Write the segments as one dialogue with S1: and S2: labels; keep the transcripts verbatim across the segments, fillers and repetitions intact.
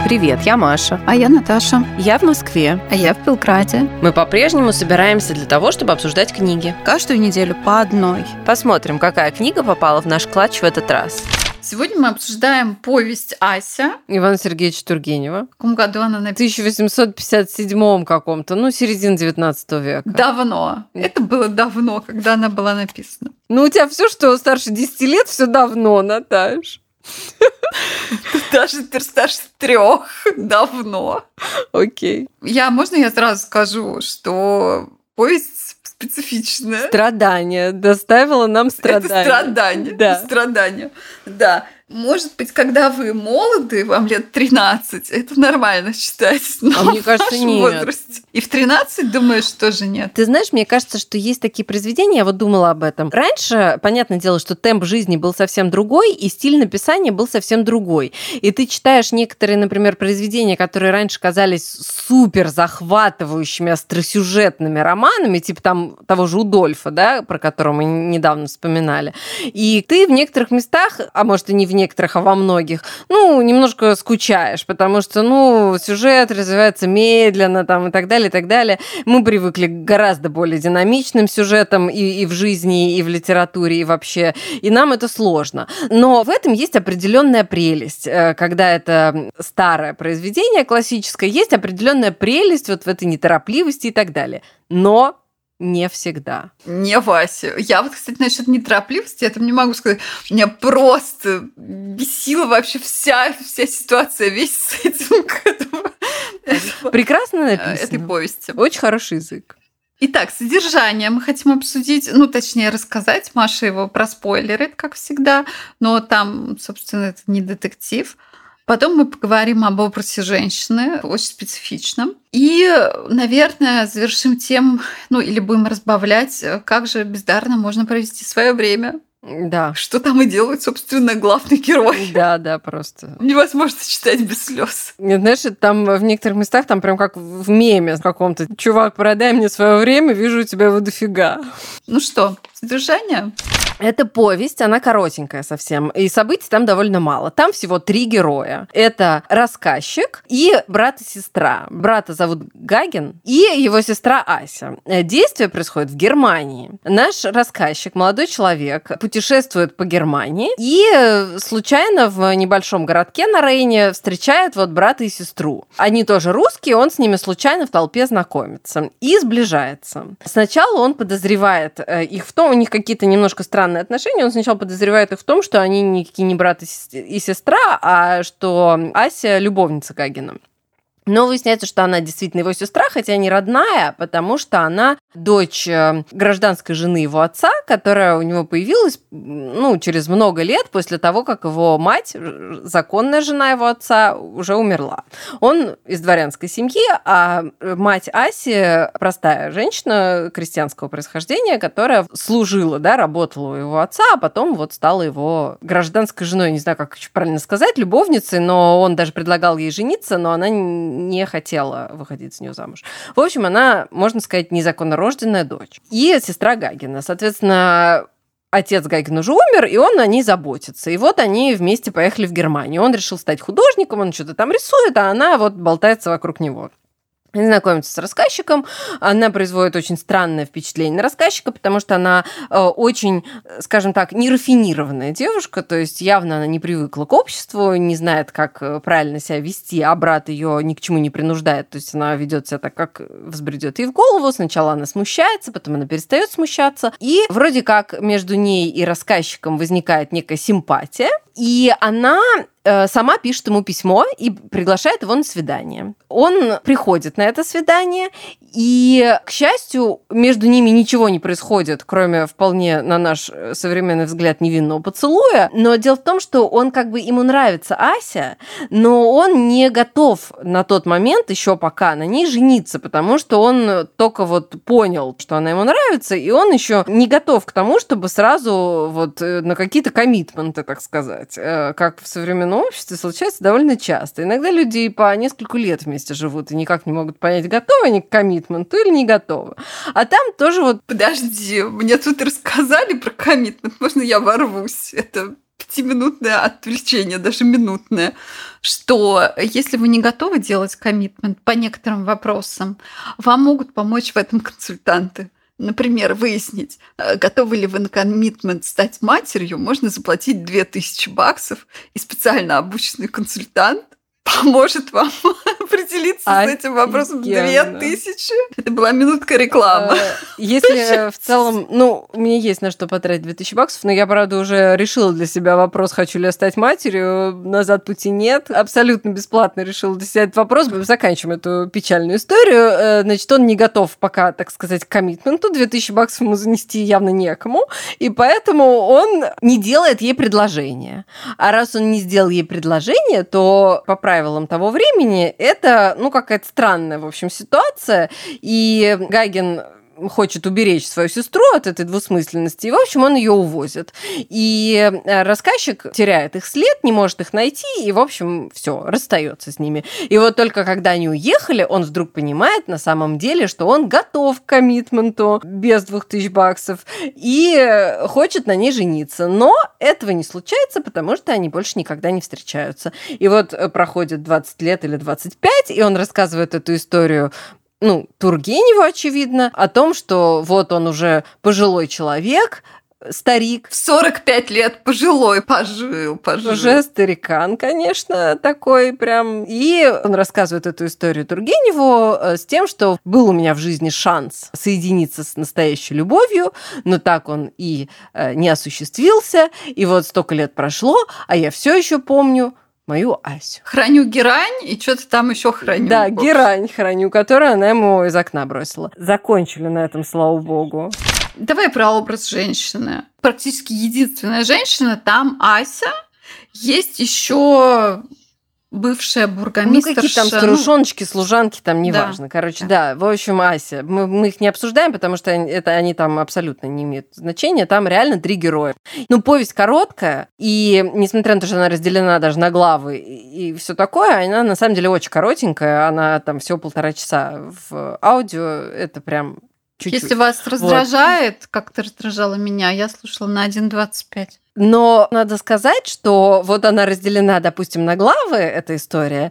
S1: Привет, я Маша.
S2: А я Наташа.
S1: Я в Москве.
S2: А я в Белграде.
S1: Мы по-прежнему собираемся для того, чтобы обсуждать книги.
S2: Каждую неделю по одной.
S1: Посмотрим, какая книга попала в наш клатч в этот раз.
S2: Сегодня мы обсуждаем повесть «Ася».
S1: Ивана Сергеевича Тургенева.
S2: В каком году она написана?
S1: В тысяча восемьсот пятьдесят седьмом каком-то, ну, середина девятнадцатого века.
S2: Давно. Это было давно, когда она была написана.
S1: Ну, у тебя все, что старше десяти лет, все давно, Наташ.
S2: Даже ты старше трех давно.
S1: Окей.
S2: Я, можно я сразу скажу, что повесть специфичная.
S1: Страдания. Доставила нам страдания.
S2: Это страдания.
S1: Да.
S2: Страдания. Да. Может быть, когда вы молоды, вам лет тринадцать, это нормально считать. Но
S1: а мне кажется,
S2: в нашем
S1: нет.
S2: возрасте. И в тринадцать, думаешь, тоже нет.
S1: Ты знаешь, мне кажется, что есть такие произведения, я вот думала об этом. Раньше, понятное дело, что темп жизни был совсем другой, и стиль написания был совсем другой. И ты читаешь некоторые, например, произведения, которые раньше казались супер захватывающими, остросюжетными романами, типа там того же Удольфа, да, про которого мы недавно вспоминали. И ты в некоторых местах, а может и не в некоторых, а во многих, ну, немножко скучаешь, потому что, ну, сюжет развивается медленно, там, и так далее, и так далее. Мы привыкли к гораздо более динамичным сюжетам и, и в жизни, и в литературе, и вообще, и нам это сложно. Но в этом есть определенная прелесть. Когда это старое произведение классическое, есть определенная прелесть вот в этой неторопливости и так далее. Но не всегда.
S2: Не Вася. Я вот, кстати, насчет неторопливости, это не могу сказать. Меня просто бесила вообще вся, вся ситуация, весь сеттинг этого.
S1: Прекрасно написано.
S2: Этой повести.
S1: Очень хороший язык.
S2: Итак, содержание мы хотим обсудить, ну, точнее, рассказать. Маша его проспойлерит, как всегда, но там, собственно, это не детектив. Потом мы поговорим об образе женщины, очень специфичном. И, наверное, завершим тем, ну, или будем разбавлять, как же бездарно можно провести свое время.
S1: Да.
S2: Что там и делает, собственно, главный герой.
S1: Да, да, просто.
S2: Невозможно читать без слез.
S1: Нет, знаешь, там в некоторых местах, там прям как в меме каком-то. Чувак, продай мне свое время, вижу у тебя его дофига.
S2: Ну что, содержание?
S1: Это повесть, она коротенькая совсем, и событий там довольно мало. Там всего три героя. Это рассказчик и брат и сестра. Брата зовут Гагин, и его сестра Ася. Действие происходит в Германии. Наш рассказчик, молодой человек, путешествует по Германии и случайно в небольшом городке на Рейне встречает вот брата и сестру. Они тоже русские, он с ними случайно в толпе знакомится и сближается. Сначала он подозревает их в том, у них какие-то немножко странные отношения. Он сначала подозревает их в том, что они никакие не брат и сестра, а что Ася любовница Гагина. Но выясняется, что она действительно его сестра, хотя не родная, потому что она дочь гражданской жены его отца, которая у него появилась, ну, через много лет после того, как его мать, законная жена его отца, уже умерла. Он из дворянской семьи, а мать Аси простая женщина крестьянского происхождения, которая служила, да, работала у его отца, а потом вот стала его гражданской женой, не знаю, как еще правильно сказать, любовницей, но он даже предлагал ей жениться, но она не хотела выходить за нее замуж. В общем, она, можно сказать, незаконно рожденная дочь. И сестра Гагина. Соответственно, отец Гагин уже умер, и он о ней заботится. И вот они вместе поехали в Германию. Он решил стать художником, он что-то там рисует, а она вот болтается вокруг него. Знакомится с рассказчиком, она производит очень странное впечатление на рассказчика, потому что она э, очень, скажем так, нерафинированная девушка, то есть явно она не привыкла к обществу, не знает, как правильно себя вести, а брат ее ни к чему не принуждает, то есть она ведет себя так, как взбредет ей в голову. Сначала она смущается, потом она перестает смущаться, и вроде как между ней и рассказчиком возникает некая симпатия, и она сама пишет ему письмо и приглашает его на свидание. Он приходит на это свидание, и, к счастью, между ними ничего не происходит, кроме вполне, на наш современный взгляд, невинного поцелуя. Но дело в том, что он как бы ему нравится Ася, но он не готов на тот момент еще пока на ней жениться, потому что он только вот понял, что она ему нравится, и он еще не готов к тому, чтобы сразу вот на какие-то коммитменты, так сказать, как в современном обществе случается довольно часто. Иногда люди по несколько лет вместе живут и никак не могут понять, готовы они к коммитменту или не готовы. А там тоже вот...
S2: Подожди, мне тут рассказали про коммитмент, можно я ворвусь? Это пятиминутное отвлечение, даже минутное, что если вы не готовы делать коммитмент по некоторым вопросам, вам могут помочь в этом консультанты. Например, выяснить, готовы ли вы на коммитмент стать матерью, можно заплатить две тысячи баксов, и специально обученный консультант поможет вам определиться с этим вопросом. Две тысячи. Это была минутка рекламы.
S1: Если в целом, ну, у меня есть на что потратить две тысячи баксов, но я, правда, уже решила для себя вопрос, хочу ли я стать матерью. Назад пути нет. Абсолютно бесплатно решила для себя этот вопрос. Заканчиваем эту печальную историю. Значит, он не готов пока, так сказать, к коммитменту. две тысячи баксов ему занести явно некому. И поэтому он не делает ей предложение. А раз он не сделал ей предложение, то по правилам того времени это, ну, какая-то странная, в общем, ситуация. И Гагин хочет уберечь свою сестру от этой двусмысленности, и, в общем, он ее увозит. И рассказчик теряет их след, не может их найти, и, в общем, все, расстается с ними. И вот только когда они уехали, он вдруг понимает на самом деле, что он готов к коммитменту без двух тысяч баксов и хочет на ней жениться. Но этого не случается, потому что они больше никогда не встречаются. И вот проходит двадцать лет или двадцать пять, и он рассказывает эту историю, ну, Тургеневу, очевидно, о том, что вот он уже пожилой человек, старик.
S2: В сорок пять лет пожилой, пожил, пожил.
S1: Уже старикан, конечно, такой прям. И он рассказывает эту историю Тургеневу с тем, что был у меня в жизни шанс соединиться с настоящей любовью, но так он и не осуществился. И вот столько лет прошло, а я все еще помню мою Асю.
S2: Храню герань и что-то там еще храню.
S1: Да, герань храню, которую она ему из окна бросила. Закончили на этом, слава богу.
S2: Давай про образ женщины. Практически единственная женщина там Ася. Есть еще бывшая бургомистерша.
S1: Ну, какие там старушоночки, служанки, там, неважно. Да. Короче, да. да, в общем, Ася. Мы, мы их не обсуждаем, потому что это, они там абсолютно не имеют значения. Там реально три героя. Ну, повесть короткая, и несмотря на то, что она разделена даже на главы и, и все такое, она на самом деле очень коротенькая. Она там всего полтора часа в аудио. Это прям чуть-чуть.
S2: Если вас раздражает, вот, как-то раздражало меня, я слушала на один двадцать пять.
S1: Но надо сказать, что вот она разделена, допустим, на главы, эта история,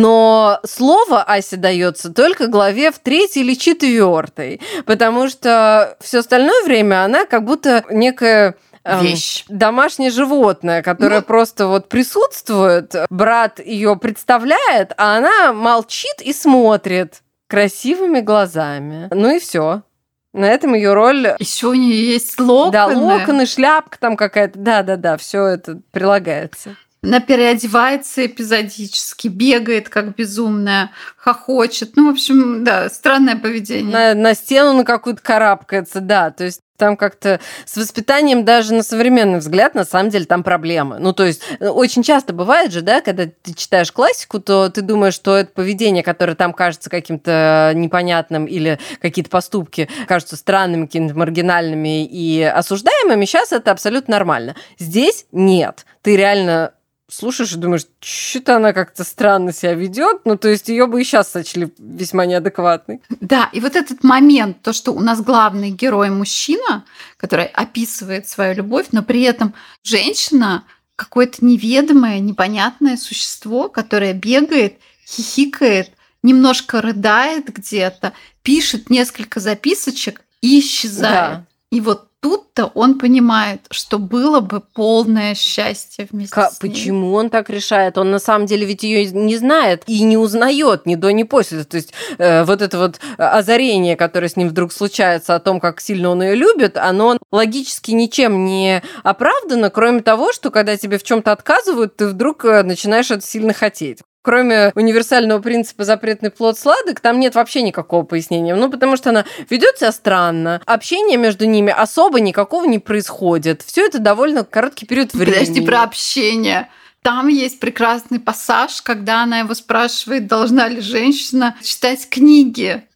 S1: но слово Асе дается только главе в третьей или четвертой, потому что все остальное время она как будто некая
S2: вещь.
S1: Домашнее животное, которое ну, просто вот присутствует, брат ее представляет, а она молчит и смотрит красивыми глазами. Ну и все. На этом ее роль...
S2: Еще у нее есть локоны.
S1: Да, локоны, шляпка там какая-то. Да-да-да, все это прилагается.
S2: Она переодевается эпизодически, бегает как безумная, хохочет. Ну, в общем, да, странное поведение.
S1: На, на стену на какую-то карабкается, да. То есть там как-то с воспитанием даже на современный взгляд, на самом деле, там проблемы. Ну, то есть очень часто бывает же, да, когда ты читаешь классику, то ты думаешь, что это поведение, которое там кажется каким-то непонятным или какие-то поступки кажутся странными, какими-то маргинальными и осуждаемыми, сейчас это абсолютно нормально. Здесь нет. Ты реально слушаешь и думаешь, что-то она как-то странно себя ведет, ну, то есть ее бы и сейчас сочли весьма неадекватной.
S2: Да, и вот этот момент, то, что у нас главный герой мужчина, который описывает свою любовь, но при этом женщина какое-то неведомое, непонятное существо, которое бегает, хихикает, немножко рыдает где-то, пишет несколько записочек и исчезает. Да. И вот тут-то он понимает, что было бы полное счастье вместе
S1: К-
S2: с ней.
S1: Почему он так решает? Он на самом деле ведь ее не знает и не узнает ни до, ни после. То есть э, вот это вот озарение, которое с ним вдруг случается о том, как сильно он ее любит, оно логически ничем не оправдано, кроме того, что когда тебе в чем-то отказывают, ты вдруг начинаешь это сильно хотеть. Кроме универсального принципа «запретный плод сладок», там нет вообще никакого пояснения. Ну, потому что она ведет себя странно, общение между ними особо никакого не происходит. Все это довольно короткий период времени.
S2: Подожди, про общение. Там есть прекрасный пассаж, когда она его спрашивает, должна ли женщина читать книги.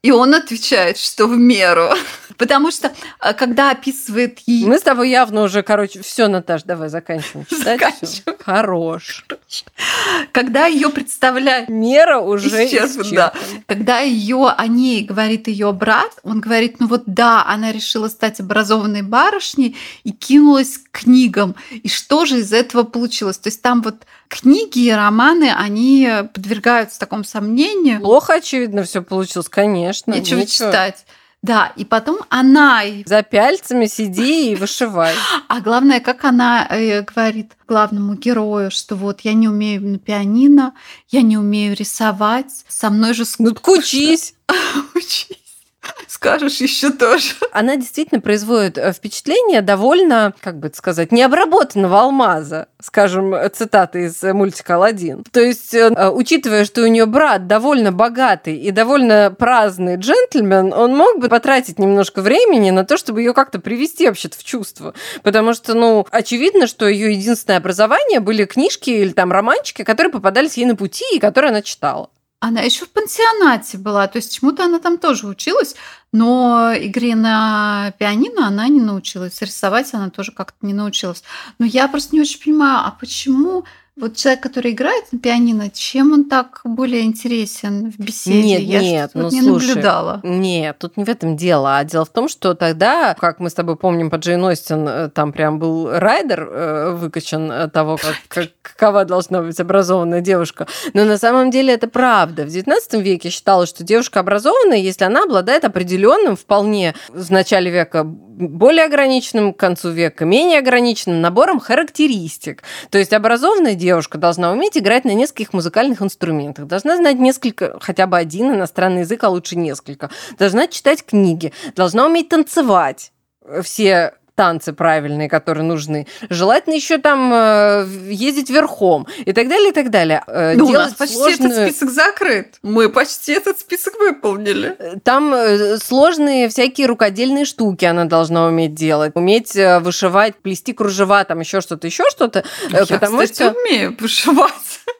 S2: И он отвечает, что в меру. Потому что, когда описывает ей...
S1: Мы с тобой явно уже, короче, все, Наташ, давай заканчиваем читать.
S2: Заканчиваем.
S1: Хорош.
S2: Когда ее представляют...
S1: Мера уже
S2: исчерпана. Да. Когда ее о ней говорит ее брат, он говорит, ну вот да, она решила стать образованной барышней и кинулась к книгам. И что же из этого получилось? То есть там вот книги и романы, они подвергаются такому сомнению.
S1: Плохо, очевидно, все получилось, конечно.
S2: Нечего, нечего читать. Да, и потом она...
S1: За пяльцами сиди и вышивай.
S2: А главное, как она э, говорит главному герою, что вот я не умею на пианино, я не умею рисовать, со мной же...
S1: Ну, так учись.
S2: Учись. Скажешь еще тоже.
S1: Она действительно производит впечатление довольно, как бы это сказать, необработанного алмаза, скажем, цитаты из мультика «Аладдин». То есть, учитывая, что у нее брат довольно богатый и довольно праздный джентльмен, он мог бы потратить немножко времени на то, чтобы ее как-то привести вообще-то в чувство. Потому что, ну, очевидно, что ее единственное образование были книжки или там романчики, которые попадались ей на пути и которые она читала.
S2: Она еще в пансионате была, то есть чему-то она там тоже училась, но игре на пианино она не научилась, рисовать она тоже как-то не научилась. Но я просто не очень понимаю, а почему вот человек, который играет на пианино, чем он так более интересен в беседе?
S1: Нет,
S2: я
S1: нет, ну
S2: не
S1: слушай,
S2: наблюдала.
S1: Нет, тут не в этом дело. А дело в том, что тогда, как мы с тобой помним по Джейн Остин, там прям был райдер выкачан того, как, как, какова должна быть образованная девушка. Но на самом деле это правда. В девятнадцатом веке считалось, что девушка образованная, если она обладает определенным, вполне в начале века более ограниченным, к концу века менее ограниченным набором характеристик. То есть образованная девушка должна уметь играть на нескольких музыкальных инструментах, должна знать несколько, хотя бы один иностранный язык, а лучше несколько, должна читать книги, должна уметь танцевать все танцы правильные, которые нужны. Желательно еще там ездить верхом и так далее, и так далее.
S2: Ну, у нас почти сложную... этот список закрыт. Мы почти этот список выполнили.
S1: Там сложные всякие рукодельные штуки она должна уметь делать. Уметь вышивать, плести кружева, там еще что-то, еще что-то.
S2: Я,
S1: потому
S2: кстати,
S1: что...
S2: умею вышивать.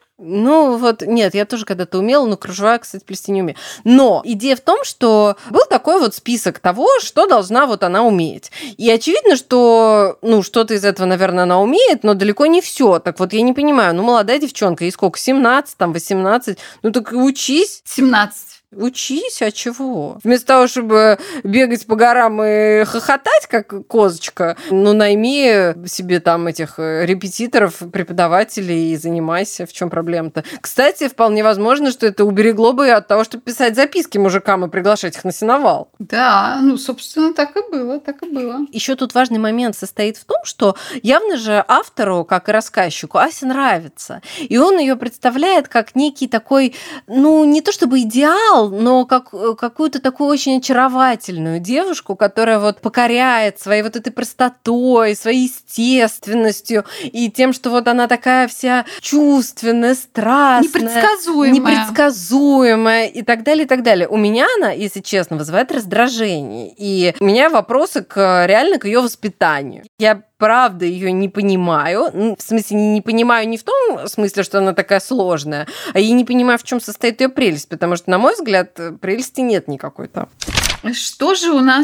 S1: Ну, вот, нет, я тоже когда-то умела, но кружева, кстати, плести не умею. Но идея в том, что был такой вот список того, что должна вот она уметь. И очевидно, что, ну, что-то из этого, наверное, она умеет, но далеко не все. Так вот, я не понимаю, ну, молодая девчонка, ей сколько, семнадцать, там, восемнадцать, ну, так учись.
S2: семнадцать.
S1: Учись, а чего? Вместо того, чтобы бегать по горам и хохотать, как козочка, ну, найми себе там этих репетиторов, преподавателей и занимайся. В чем проблема-то? Кстати, вполне возможно, что это уберегло бы от того, чтобы писать записки мужикам и приглашать их на сеновал.
S2: Да, ну, собственно, так и было, так и было.
S1: Еще тут важный момент состоит в том, что явно же автору, как и рассказчику, Ася нравится. И он ее представляет как некий такой, ну, не то чтобы идеал, но как, какую-то такую очень очаровательную девушку, которая вот покоряет своей вот этой простотой, своей естественностью и тем, что вот она такая вся чувственная, страстная,
S2: непредсказуемая,
S1: непредсказуемая и так далее, и так далее. У меня она, если честно, вызывает раздражение. И у меня вопросы к, реально к ее воспитанию. Я правда ее не понимаю. В смысле, не понимаю не в том смысле, что она такая сложная, а я не понимаю, в чем состоит ее прелесть, потому что, на мой взгляд, прелести нет никакой там.
S2: Что же у нас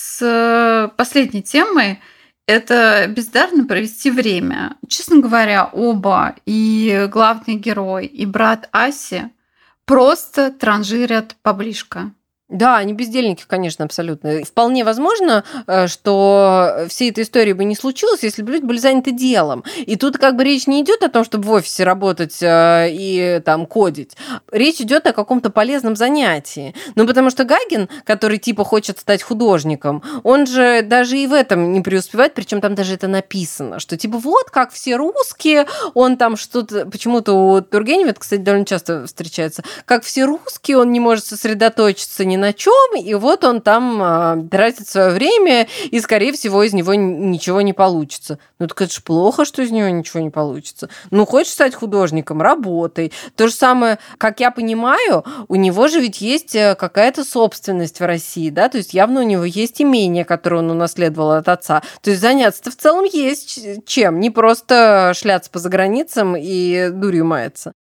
S2: с последней темой? Это бездарно провести время. Честно говоря, оба, и главный герой, и брат Аси, просто транжирят поближко.
S1: Да, они бездельники, конечно, абсолютно. Вполне возможно, что всей этой истории бы не случилось, если бы люди были заняты делом. И тут как бы речь не идет о том, чтобы в офисе работать и там кодить. Речь идет о каком-то полезном занятии. Ну, потому что Гагин, который типа хочет стать художником, он же даже и в этом не преуспевает, причем там даже это написано, что типа вот как все русские, он там что-то, почему-то у Тургенева, это, кстати, довольно часто встречается, как все русские, он не может сосредоточиться ни на чем, и вот он там а, тратит свое время, и, скорее всего, из него ничего не получится. Ну, так это же плохо, что из него ничего не получится. Ну, хочешь стать художником, работай. То же самое, как я понимаю, у него же ведь есть какая-то собственность в России, да, то есть явно у него есть имение, которое он унаследовал от отца. То есть заняться-то в целом есть чем, не просто шляться по заграницам и дурью маяться.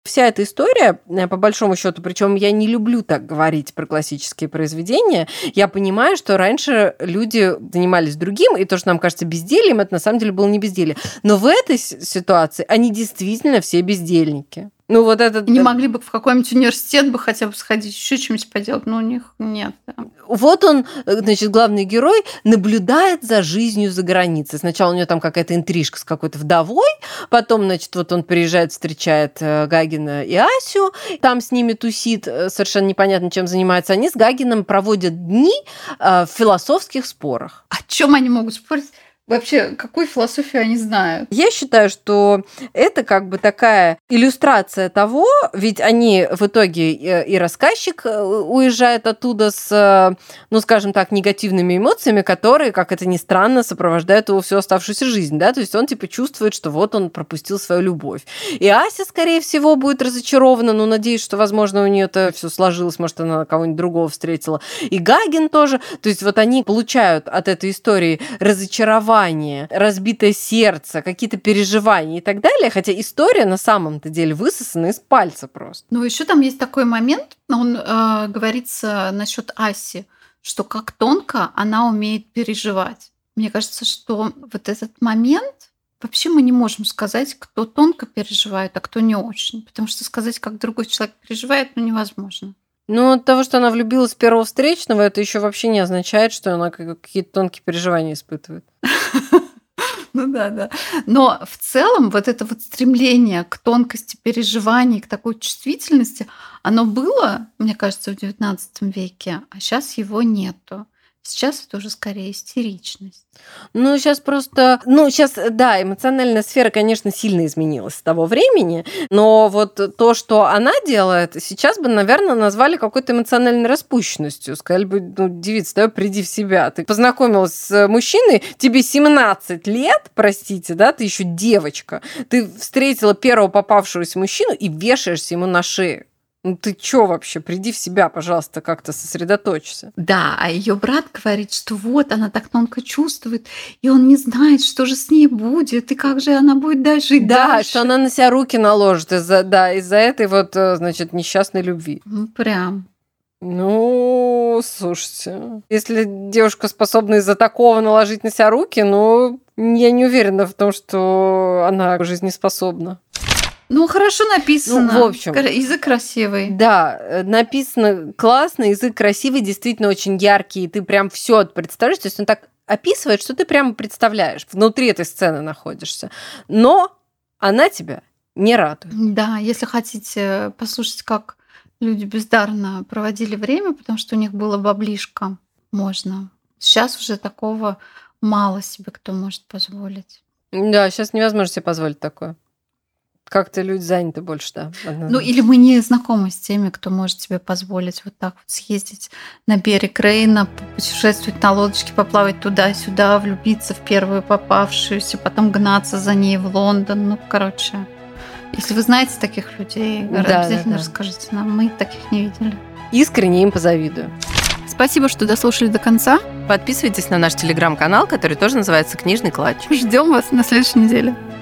S1: Вся эта история, по большому счету, причем я не люблю так говорить про классические произведения, я понимаю, что раньше люди занимались другим, и то, что нам кажется бездельем, это на самом деле было не безделье. Но в этой ситуации они действительно все бездельники. Ну, вот этот...
S2: Не могли бы в какой-нибудь университет бы хотя бы сходить, еще чем-нибудь поделать, но у них нет. Да.
S1: Вот он, значит, главный герой, наблюдает за жизнью за границей. Сначала у него там какая-то интрижка с какой-то вдовой, потом, значит, вот он приезжает, встречает Гагина и Асю, там с ними тусит, совершенно непонятно, чем занимается. Они с Гагином проводят дни в философских спорах.
S2: О чем они могут спорить? Вообще, какую философию они знают?
S1: Я считаю, что это как бы такая иллюстрация того, ведь они в итоге и рассказчик уезжает оттуда с, ну, скажем так, негативными эмоциями, которые, как это ни странно, сопровождают его всю оставшуюся жизнь, да, то есть он типа чувствует, что вот он пропустил свою любовь. И Ася, скорее всего, будет разочарована, но надеюсь, что, возможно, у нее это все сложилось, может, она кого-нибудь другого встретила. И Гагин тоже. То есть вот они получают от этой истории разочарование, разбитое сердце, какие-то переживания и так далее, хотя история на самом-то деле высосана из пальца просто.
S2: Ну, еще там есть такой момент, он э, говорится насчет Аси, что как тонко она умеет переживать. Мне кажется, что вот этот момент вообще мы не можем сказать, кто тонко переживает, а кто не очень, потому что сказать, как другой человек переживает, ну, невозможно.
S1: Ну, от того, что она влюбилась в первого встречного, это еще вообще не означает, что она какие-то тонкие переживания испытывает.
S2: Ну да, да. Но в целом вот это вот стремление к тонкости переживаний, к такой чувствительности, оно было, мне кажется, в девятнадцатом веке, а сейчас его нету. Сейчас это уже скорее истеричность.
S1: Ну, сейчас просто... Ну, сейчас, да, эмоциональная сфера, конечно, сильно изменилась с того времени, но вот то, что она делает, сейчас бы, наверное, назвали какой-то эмоциональной распущенностью. Сказали бы, ну, девица, давай приди в себя. Ты познакомилась с мужчиной, тебе семнадцать лет, простите, да, ты еще девочка. Ты встретила первого попавшегося мужчину и вешаешься ему на шею. Ну ты чё вообще? Приди в себя, пожалуйста, как-то сосредоточься.
S2: Да, а ее брат говорит, что вот она так тонко чувствует, и он не знает, что же с ней будет, и как же она будет дальше жить.
S1: Да,
S2: дальше.
S1: Что она на себя руки наложит из-за, да, из-за этой вот, значит, несчастной любви.
S2: Ну, прям.
S1: Ну, слушайте, если девушка способна из-за такого наложить на себя руки, ну, я не уверена в том, что она жизнеспособна.
S2: Ну, хорошо написано.
S1: Ну, в общем.
S2: Язык красивый.
S1: Да, написано классно, язык красивый, действительно очень яркий, и ты прям все представляешь, то есть он так описывает, что ты прямо представляешь, внутри этой сцены находишься. Но она тебя не радует.
S2: Да, если хотите послушать, как люди бездарно проводили время, потому что у них было баблишко, можно. Сейчас уже такого мало себе кто может позволить.
S1: Да, сейчас невозможно себе позволить такое. Как-то люди заняты больше, да.
S2: Ну, или мы не знакомы с теми, кто может себе позволить вот так вот съездить на берег Рейна, путешествовать на лодочке, поплавать туда-сюда, влюбиться в первую попавшуюся, потом гнаться за ней в Лондон. Ну, короче, если вы знаете таких людей, да, обязательно да, да. расскажите нам. Мы таких не видели.
S1: Искренне им позавидую.
S2: Спасибо, что дослушали до конца.
S1: Подписывайтесь на наш телеграм-канал, который тоже называется «Книжный клатч».
S2: Ждем вас на следующей неделе.